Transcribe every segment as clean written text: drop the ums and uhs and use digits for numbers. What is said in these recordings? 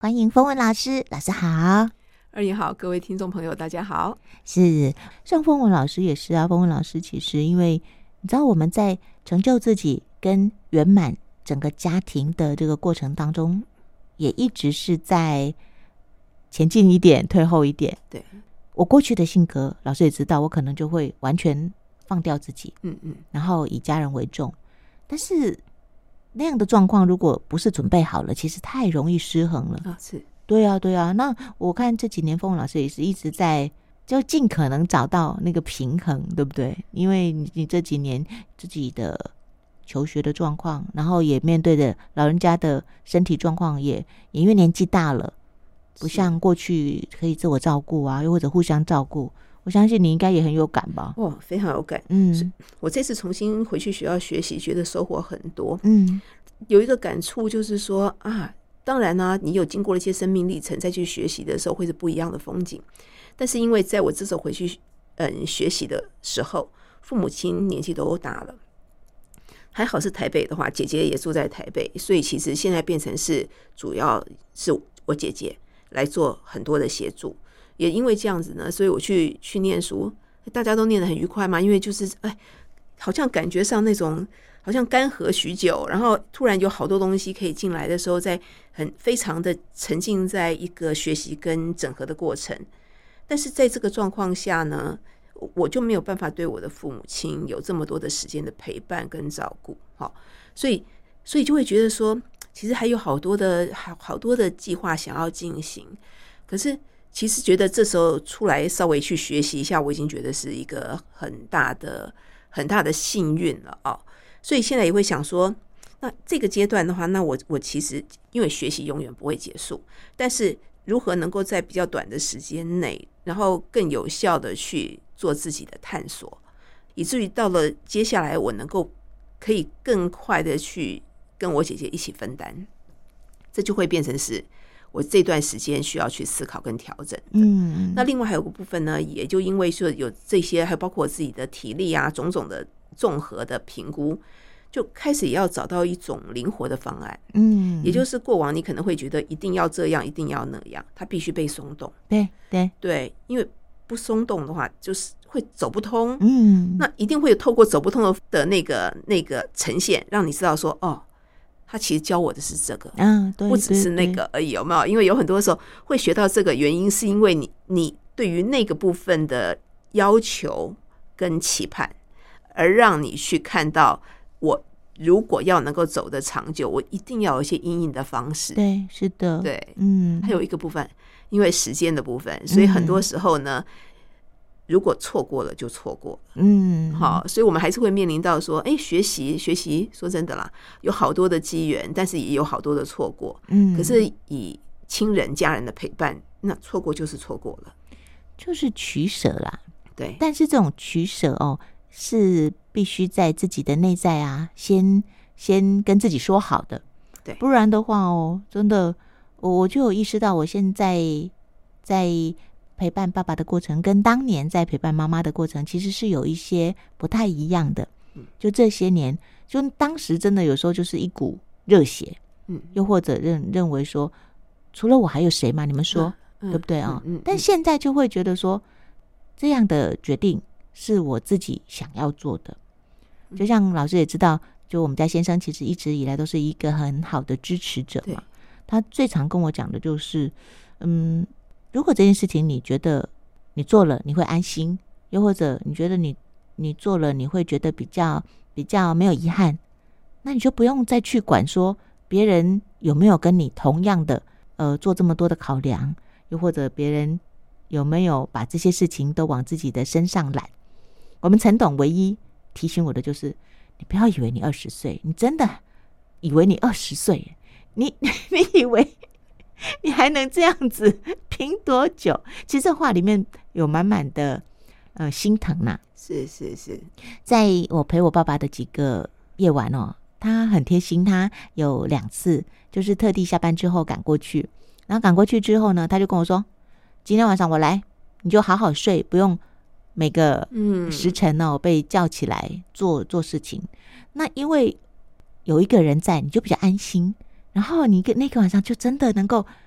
欢迎风文老师，老师好。 二爷好，各位听众朋友大家好。 是，像风文老师也是啊，风文老师其实因为你知道我们在成就自己跟圆满整个家庭的这个过程当中，也一直是在前进一点退后一点。 对， 我过去的性格老师也知道，我可能就会完全放掉自己，然后以家人为重，但是那样的状况如果不是准备好了，其实太容易失衡了啊。是， 对啊对啊。那我看这几年风文老师也是一直在就尽可能找到那个平衡，对不对？因为你这几年自己的求学的状况，然后也面对着老人家的身体状况，也因为年纪大了，不像过去可以自我照顾啊，又或者互相照顾。我相信你应该也很有感吧？ 哦，非常有感。我这次重新回去学校学习，觉得收获很多。有一个感触就是说啊，当然呢，你有经过了一些生命历程，再去学习的时候会是不一样的风景。但是因为在我这时候回去学习的时候，父母亲年纪都大了，还好是台北的话，姐姐也住在台北，所以其实现在变成是主要是我姐姐来做很多的协助。也因为这样子呢，所以我去念书，大家都念得很愉快嘛。因为就是好像感觉上那种好像干涸许久，然后突然有好多东西可以进来的时候，在非常的沉浸在一个学习跟整合的过程。但是在这个状况下呢，我就没有办法对我的父母亲有这么多的时间的陪伴跟照顾。所以就会觉得说，其实还有好多的计划想要进行，可是其实觉得这时候出来稍微去学习一下，我已经觉得是一个很大的幸运了所以现在也会想说，那这个阶段的话，那我其实因为学习永远不会结束，但是如何能够在比较短的时间内，然后更有效的去做自己的探索，以至于到了接下来我能够可以更快的去跟我姐姐一起分担，这就会变成是我这段时间需要去思考跟调整的。那另外还有个部分呢，也就因为说有这些，还包括我自己的体力啊，种种的综合的评估，就开始也要找到一种灵活的方案。也就是过往你可能会觉得一定要这样，一定要那样，它必须被松动。对，因为不松动的话，就是会走不通。那一定会有透过走不通的那个呈现，让你知道说他其实教我的是这个，不只是那个而已，有没有？因为有很多时候会学到这个，原因是因为你对于那个部分的要求跟期盼，而让你去看到，我如果要能够走得长久，我一定要有一些因应的方式。 对，是的， 对，还有一个部分，因为时间的部分，所以很多时候呢，如果错过了就错过了。好，所以我们还是会面临到说，学习，说真的啦，有好多的机缘，但是也有好多的错过。可是以亲人家人的陪伴，那错过就是错过了， 就是取舍啦。 对， 但是这种取舍是必须在自己的内在啊，先跟自己说好的。 对， 不然的话真的我就有意识到，我现在在陪伴爸爸的过程跟当年在陪伴妈妈的过程其实是有一些不太一样的。就这些年，就当时真的有时候就是一股热血，又或者认为说除了我还有谁嘛，你们说对不对但现在就会觉得说，这样的决定是我自己想要做的。就像老师也知道，就我们家先生其实一直以来都是一个很好的支持者嘛，他最常跟我讲的就是如果这件事情你觉得你做了你会安心，又或者你觉得你做了你会觉得比较没有遗憾，那你就不用再去管说别人有没有跟你同样的做这么多的考量，又或者别人有没有把这些事情都往自己的身上揽。我们陈董唯一提醒我的就是，你不要以为你20岁，你真的以为你20岁，你以为你还能这样子拼多久？其实这话里面有满满的心疼呐。 是， 在我陪我爸爸的几个夜晚他很贴心，他有2次就是特地下班之后赶过去，然后赶过去之后呢，他就跟我说，今天晚上我来，你就好好睡，不用每个时辰被叫起来做事情。那因为有一个人在，你就比较安心，然后你那个晚上就真的能够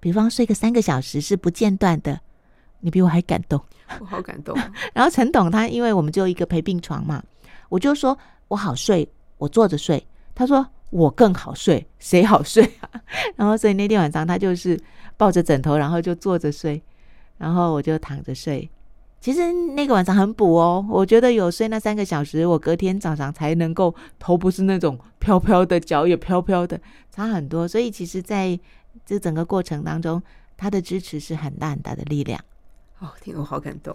比方睡个3个小时是不间断的，你比我还感动。 我好感动。 然后陈董他因为我们只有一个陪病床嘛，我就说我好睡，我坐着睡。他说我更好睡，谁好睡啊？然后所以那天晚上他就是抱着枕头，然后就坐着睡，然后我就躺着睡。其实那个晚上很补哦，我觉得有睡那3个小时，我隔天早上才能够头不是那种飘飘的，脚也飘飘的，差很多。所以其实在这整个过程当中，他的支持是很大很大的力量。 听我好感动。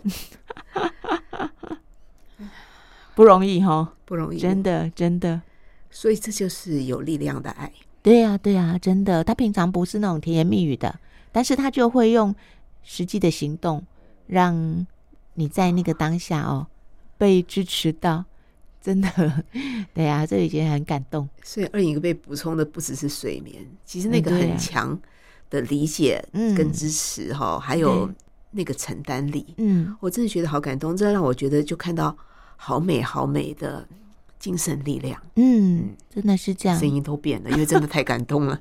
不容易齁， 不容易， 真的真的。 所以这就是有力量的爱。 对啊对啊，真的。他平常不是那种甜言蜜语的，但是他就会用实际的行动让你在那个当下被支持到，真的。对啊，这已经很感动。 所以2颖被补充的不只是睡眠，其实那个很强的理解跟支持还有那个承担力，我真的觉得好感动。这让我觉得就看到好美好美的精神力量。 真的是这样， 声音都变了，因为真的太感动了。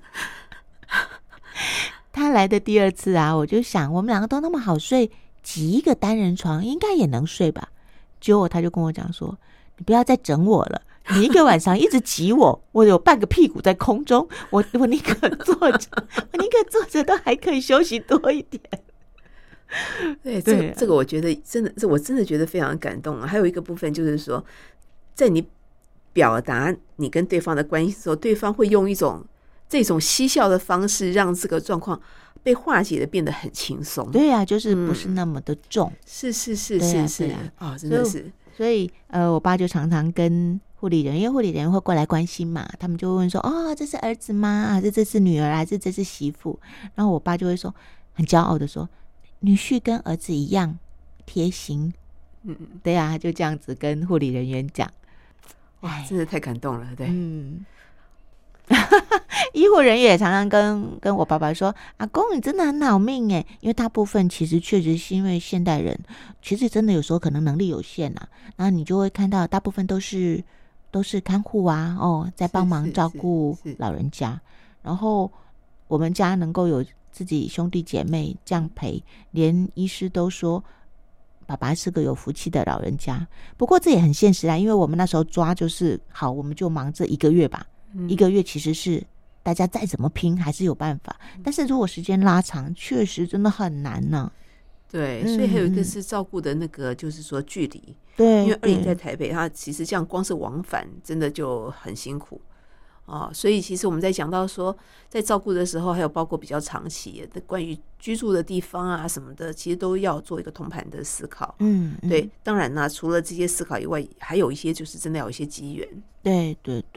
他来的第2次啊，我就想我们2个都那么好睡，挤一个单人床应该也能睡吧。结果他就跟我讲说，你不要再整我了，你一个晚上一直挤我，我有半个屁股在空中，我宁可坐着，我宁可坐着都还可以休息多一点。 对，这个我觉得真的，我真的觉得非常感动。还有一个部分就是说，在你表达你跟对方的关系的时候，对方会用这种嬉笑的方式，让这个状况被化解的变得很轻松。 对啊，就是不是那么的重。 是真的是。 所以我爸就常常跟护理人，因为护理人会过来关心嘛，他们就会问说，这是儿子吗？还是这是女儿？还是这是媳妇？然后我爸就会说，很骄傲的说，女婿跟儿子一样贴心。对啊，就这样子跟护理人员讲。 哇，真的太感动了。对， 医护人员也常常跟我爸爸说，阿公你真的很好命耶，因为大部分其实确实是因为现代人其实真的有时候可能能力有限啊，然后你就会看到大部分都是看护啊，在帮忙照顾老人家。然后我们家能够有自己兄弟姐妹这样陪，连医师都说爸爸是个有福气的老人家。不过这也很现实啊，因为我们那时候抓就是好，我们就忙这1个月吧。1个月其实是大家再怎么拼还是有办法，但是如果时间拉长，确实真的很难呢。 对，所以还有一个是照顾的那个，就是说距离。 对， 因为2颖在台北，他其实这样光是往返真的就很辛苦。所以其实我们在讲到说，在照顾的时候，还有包括比较长期的关于居住的地方啊什么的，其实都要做一个通盘的思考。对，当然呢，除了这些思考以外，还有一些就是真的要有一些机缘。 对，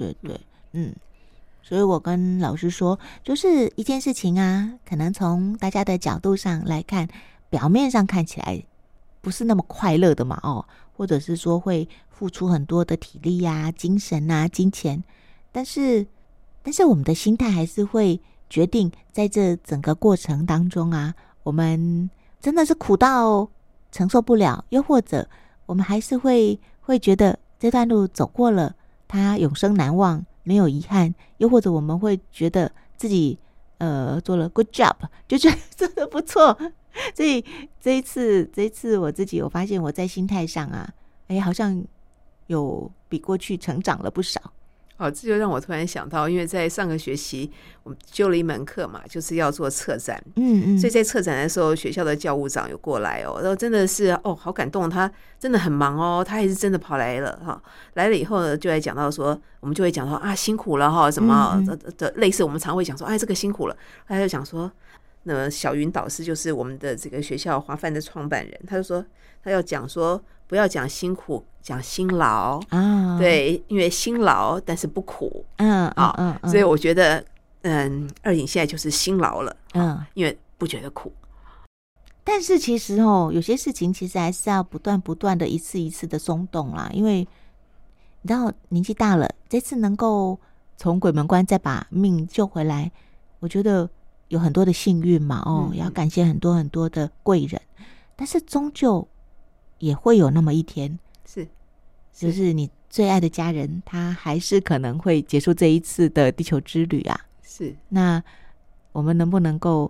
所以我跟老师说，就是一件事情啊，可能从大家的角度上来看，表面上看起来不是那么快乐的嘛，或者是说会付出很多的体力啊、精神啊、金钱，但是我们的心态还是会决定在这整个过程当中啊，我们真的是苦到承受不了，又或者我们还是会觉得这段路走过了，它永生难忘，没有遗憾，又或者我们会觉得自己做了 good job， 就觉得做得不错。所以这一次我发现我在心态上啊，好像有比过去成长了不少。 这就让我突然想到，因为在上个学期我们修了一门课嘛，就是要做策展。所以在策展的时候，学校的教务长有过来然后真的是好感动，他真的很忙他还是真的跑来了来了以后呢，就来讲到说，我们就会讲到辛苦了什么的类似，我们常会讲说这个辛苦了，他就讲说，那小云导师就是我们的这个学校华范的创办人，他就说他要讲说，不要讲辛苦，讲辛劳对，因为辛劳但是不苦所以我觉得2颖现在就是辛劳了因为不觉得苦。 但是其实有些事情其实还是要不断的一次一次的松动啦，因为你知道年纪大了，这次能够从鬼门关再把命救回来，我觉得有很多的幸运嘛也要感谢很多很多的贵人，但是终究也会有那么一天，就是你最爱的家人，他还是可能会结束这一次的地球之旅啊。那我们能不能够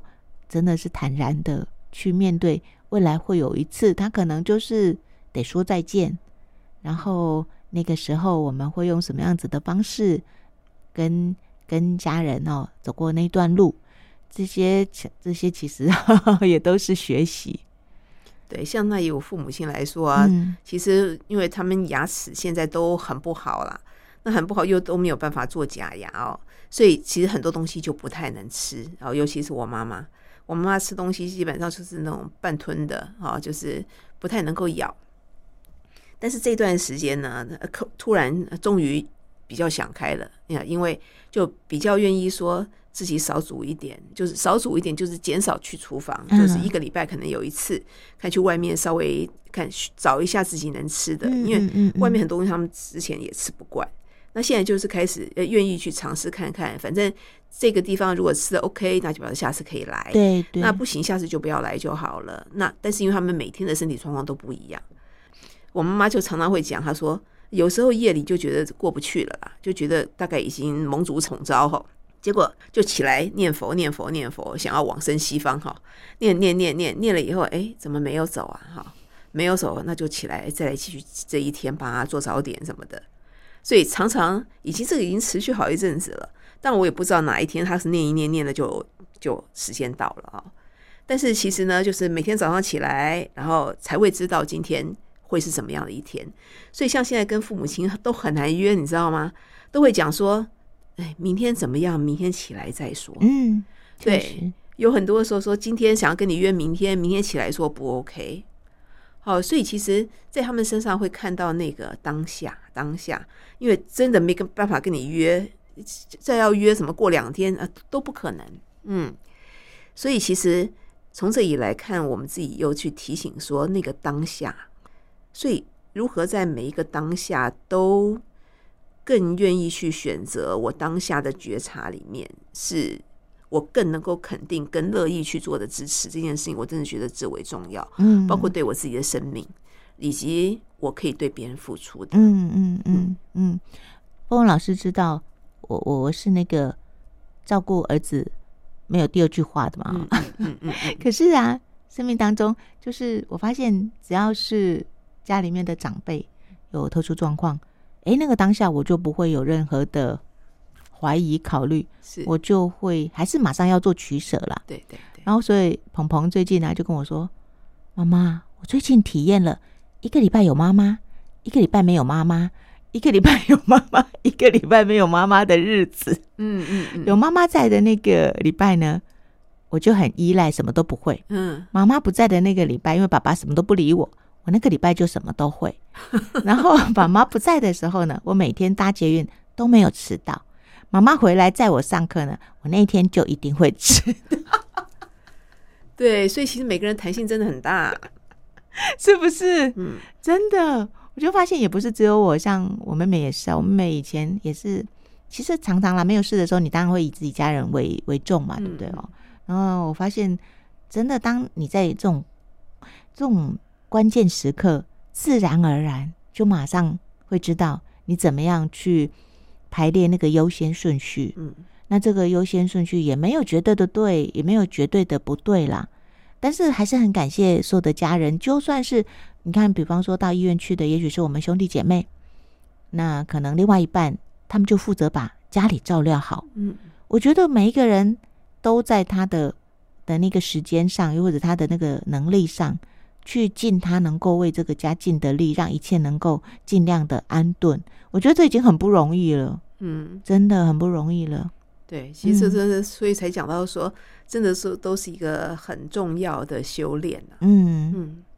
真的是坦然的去面对未来会有一次他可能就是得说再见，然后那个时候我们会用什么样子的方式跟家人走过那段路，这些其实也都是学习。 对，像那以我父母亲来说啊，其实因为他们牙齿现在都很不好啦，那很不好又都没有办法做假牙所以其实很多东西就不太能吃尤其是我妈妈吃东西基本上就是那种半吞的就是不太能够咬。但是这段时间呢，突然终于比较想开了，因为就比较愿意说自己少煮一点，就是减少去厨房，就是1个礼拜可能有一次，看去外面稍微看找一下自己能吃的，因为外面很多东西他们之前也吃不惯，那现在就是开始愿意去尝试看看，反正这个地方如果吃的 OK， 那就表示下次可以来， 对， 那不行下次就不要来就好了。那但是因为他们每天的身体状况都不一样，我妈妈就常常会讲，她说有时候夜里就觉得过不去了啦，就觉得大概已经蒙主宠招结果就起来念佛，想要往生西方念了以后，怎么没有走没有走，那就起来再来继续这一天帮他做早点什么的。所以常常这个已经持续好一阵子了，但我也不知道哪一天他是念一念了就时间到了但是其实呢，就是每天早上起来，然后才会知道今天会是什么样的一天。所以像现在跟父母亲都很难约，你知道吗？都会讲说明天怎么样，明天起来再说。对，有很多的时候说今天想要跟你约明天起来说不 OK。所以其实在他们身上会看到那个当下，因为真的没办法跟你约，再要约什么过2天都不可能。所以其实从这里来看，我们自己又去提醒说那个当下，所以如何在每一个当下都更愿意去选择我当下的觉察里面，是我更能够肯定跟乐意去做的支持这件事情，我真的觉得至为重要。包括对我自己的生命，以及我可以对别人付出的。 凤老师知道我是那个照顾儿子没有第二句话的嘛。可是生命当中就是我发现只要是家里面的长辈有特殊状况，那个当下我就不会有任何的怀疑考虑，我就会还是马上要做取舍啦。 对。 然后所以鹏鹏最近就跟我说，妈妈，我最近体验了1个礼拜有妈妈，1个礼拜没有妈妈，1个礼拜有妈妈，1个礼拜没有妈妈的日子。有妈妈在的那个礼拜呢，我就很依赖，什么都不会。妈妈不在的那个礼拜，因为爸爸什么都不理我，我那个礼拜就什么都会。然后妈妈不在的时候呢，我每天搭捷运都没有迟到。妈妈回来载我上课呢，我那一天就一定会迟到。 对，所以其实每个人弹性真的很大， 是不是？真的，我就发现也不是只有我，像我妹妹也是我妹妹以前也是，其实常常没有事的时候，你当然会以自己家人为重嘛，对不对然后我发现，真的当你在这种关键时刻，自然而然就马上会知道你怎么样去排列那个优先顺序。那这个优先顺序也没有绝对的对，也没有绝对的不对啦。但是还是很感谢所有的家人，就算是你看，比方说到医院去的，也许是我们兄弟姐妹，那可能另外一半他们就负责把家里照料好。我觉得每一个人都在他的那个时间上，又或者他的那个能力上，去尽他能够为这个家尽的力，让一切能够尽量的安顿。我觉得这已经很不容易了，真的很不容易了。 对，其实真的，所以才讲到说，真的是都是一个很重要的修炼。